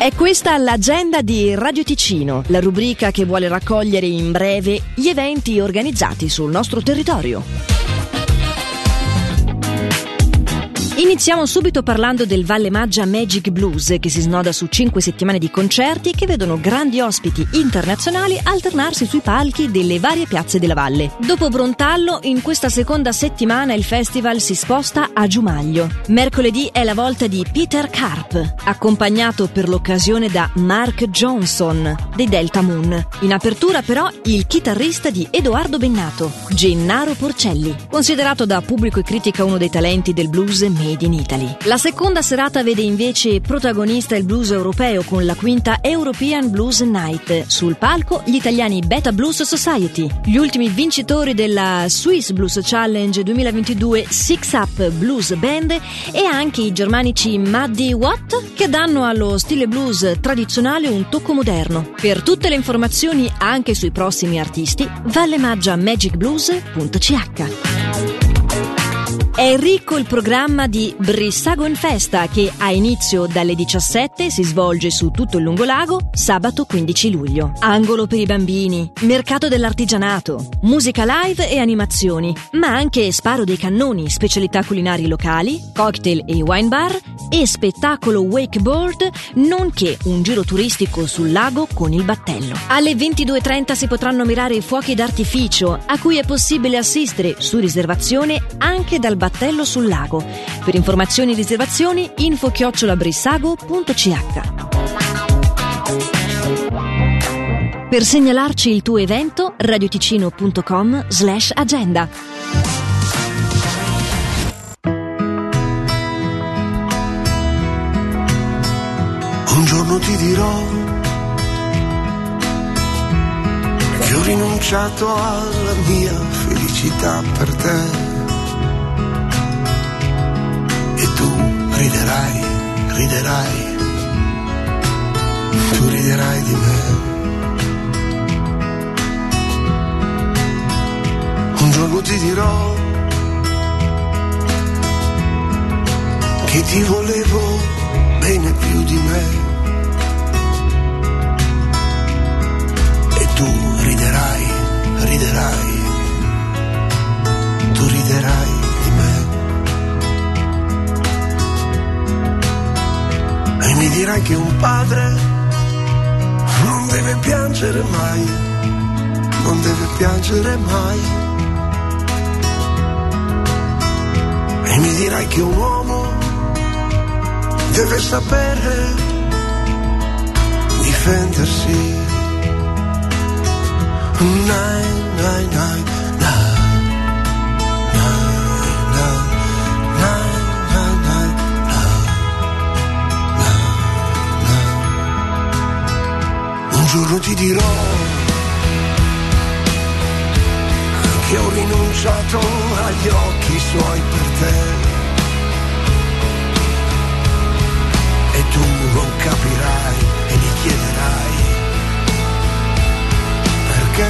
È questa l'agenda di Radio Ticino, la rubrica che vuole raccogliere in breve gli eventi organizzati sul nostro territorio. Iniziamo subito parlando del Valle Maggia Magic Blues, che si snoda su 5 settimane di concerti che vedono grandi ospiti internazionali alternarsi sui palchi delle varie piazze della valle. Dopo Brontallo, in questa seconda settimana il festival si sposta a Giumaglio. Mercoledì è la volta di Peter Karp, accompagnato per l'occasione da Mark Johnson dei Delta Moon. In apertura però il chitarrista di Edoardo Bennato, Gennaro Porcelli, considerato da pubblico e critica uno dei talenti del blues made in Italy. La seconda serata vede invece protagonista il blues europeo con la quinta European Blues Night. Sul palco gli italiani Beta Blues Society, gli ultimi vincitori della Swiss Blues Challenge 2022 Six Up Blues Band e anche i germanici Muddy Watt, che danno allo stile blues tradizionale un tocco moderno. Per tutte le informazioni anche sui prossimi artisti, vallemaggiamagicblues.ch. È ricco il programma di Brissago in Festa, che ha inizio dalle 17, si svolge su tutto il lungolago, sabato 15 luglio. Angolo per i bambini, mercato dell'artigianato, musica live e animazioni, ma anche sparo dei cannoni, specialità culinari locali, cocktail e wine bar e spettacolo wakeboard, nonché un giro turistico sul lago con il battello. Alle 22:30 si potranno mirare i fuochi d'artificio, a cui è possibile assistere su riservazione anche dal battello sul lago. Per informazioni e riservazioni info@brissago.ch. Per segnalarci il tuo evento, radioticino.com/agenda. Un giorno ti dirò che ho rinunciato alla mia felicità per te. Riderai, tu riderai di me. Un giorno ti dirò che ti volevo bene più di me. E tu riderai, tu riderai di me. E mi dirai che un padre non deve piangere mai, non deve piangere mai. E mi dirai che un uomo deve sapere difendersi. Un giorno ti dirò che ho rinunciato agli occhi suoi per te. E tu non capirai e mi chiederai perché.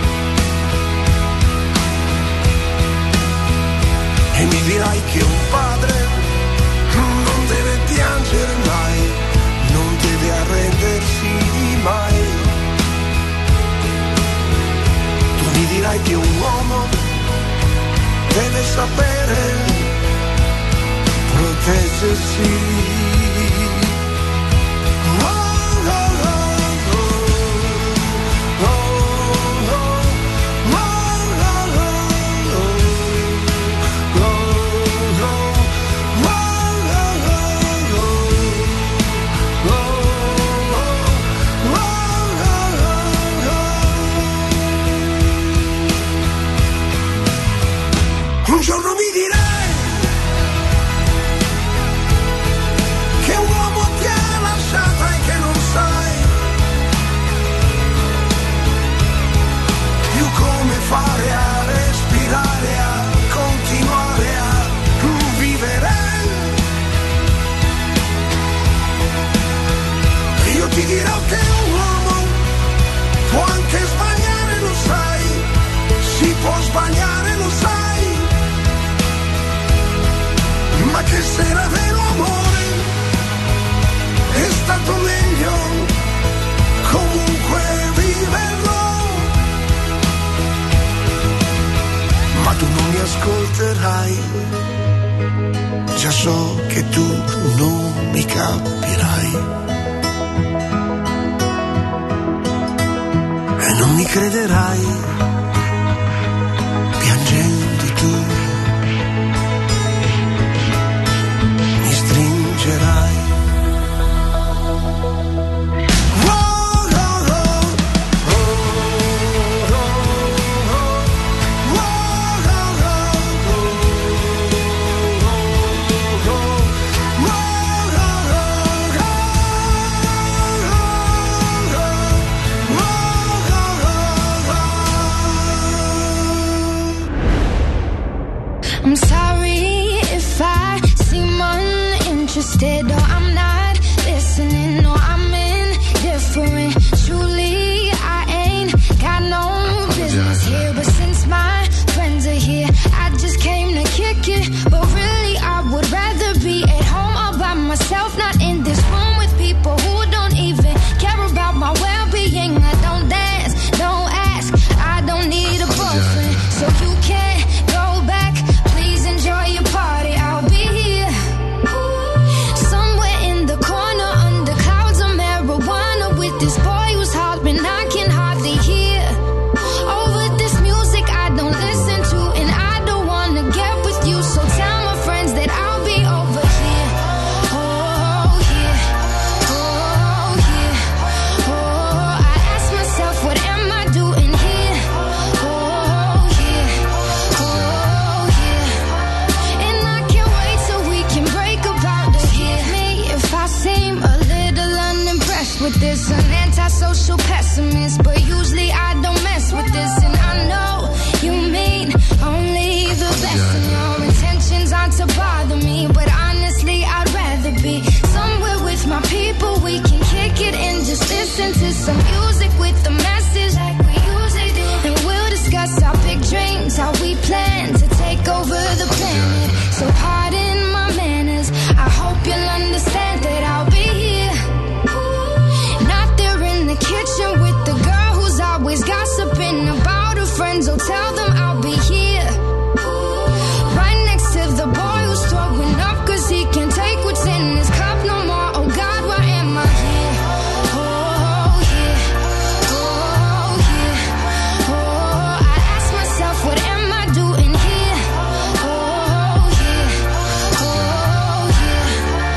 E mi dirai che un padre non deve piangere mai, non deve arrendersi mai. Tu mi dirai che un uomo deve sapere proteggersi. Un giorno mi dirai che tu non mi capirai e non mi crederai, piangendo tu mi stringerai. I'm sorry if I seem uninterested or I'm not listening or I'm indifferent. Truly, I ain't got no business here, but since my friends are here, I just came to kick it. But really, I would rather be at home all by myself, not in this room with people who don't even care about my well-being. I don't dance, don't ask, I don't need a boyfriend, so you can't go back. Enjoy your party, I'll be here somewhere in the corner under clouds of marijuana with this boy who's hollering I can hardly hear. Over this music I don't listen to and I don't wanna get with you, so tell my friends that I'll be over here. Oh yeah, oh yeah, oh, I ask myself what am I doing here. Oh yeah, oh yeah, and I can't wait till we can break about this. Forgive me if I seem a little unimpressed with this, an antisocial pessimist, but usually I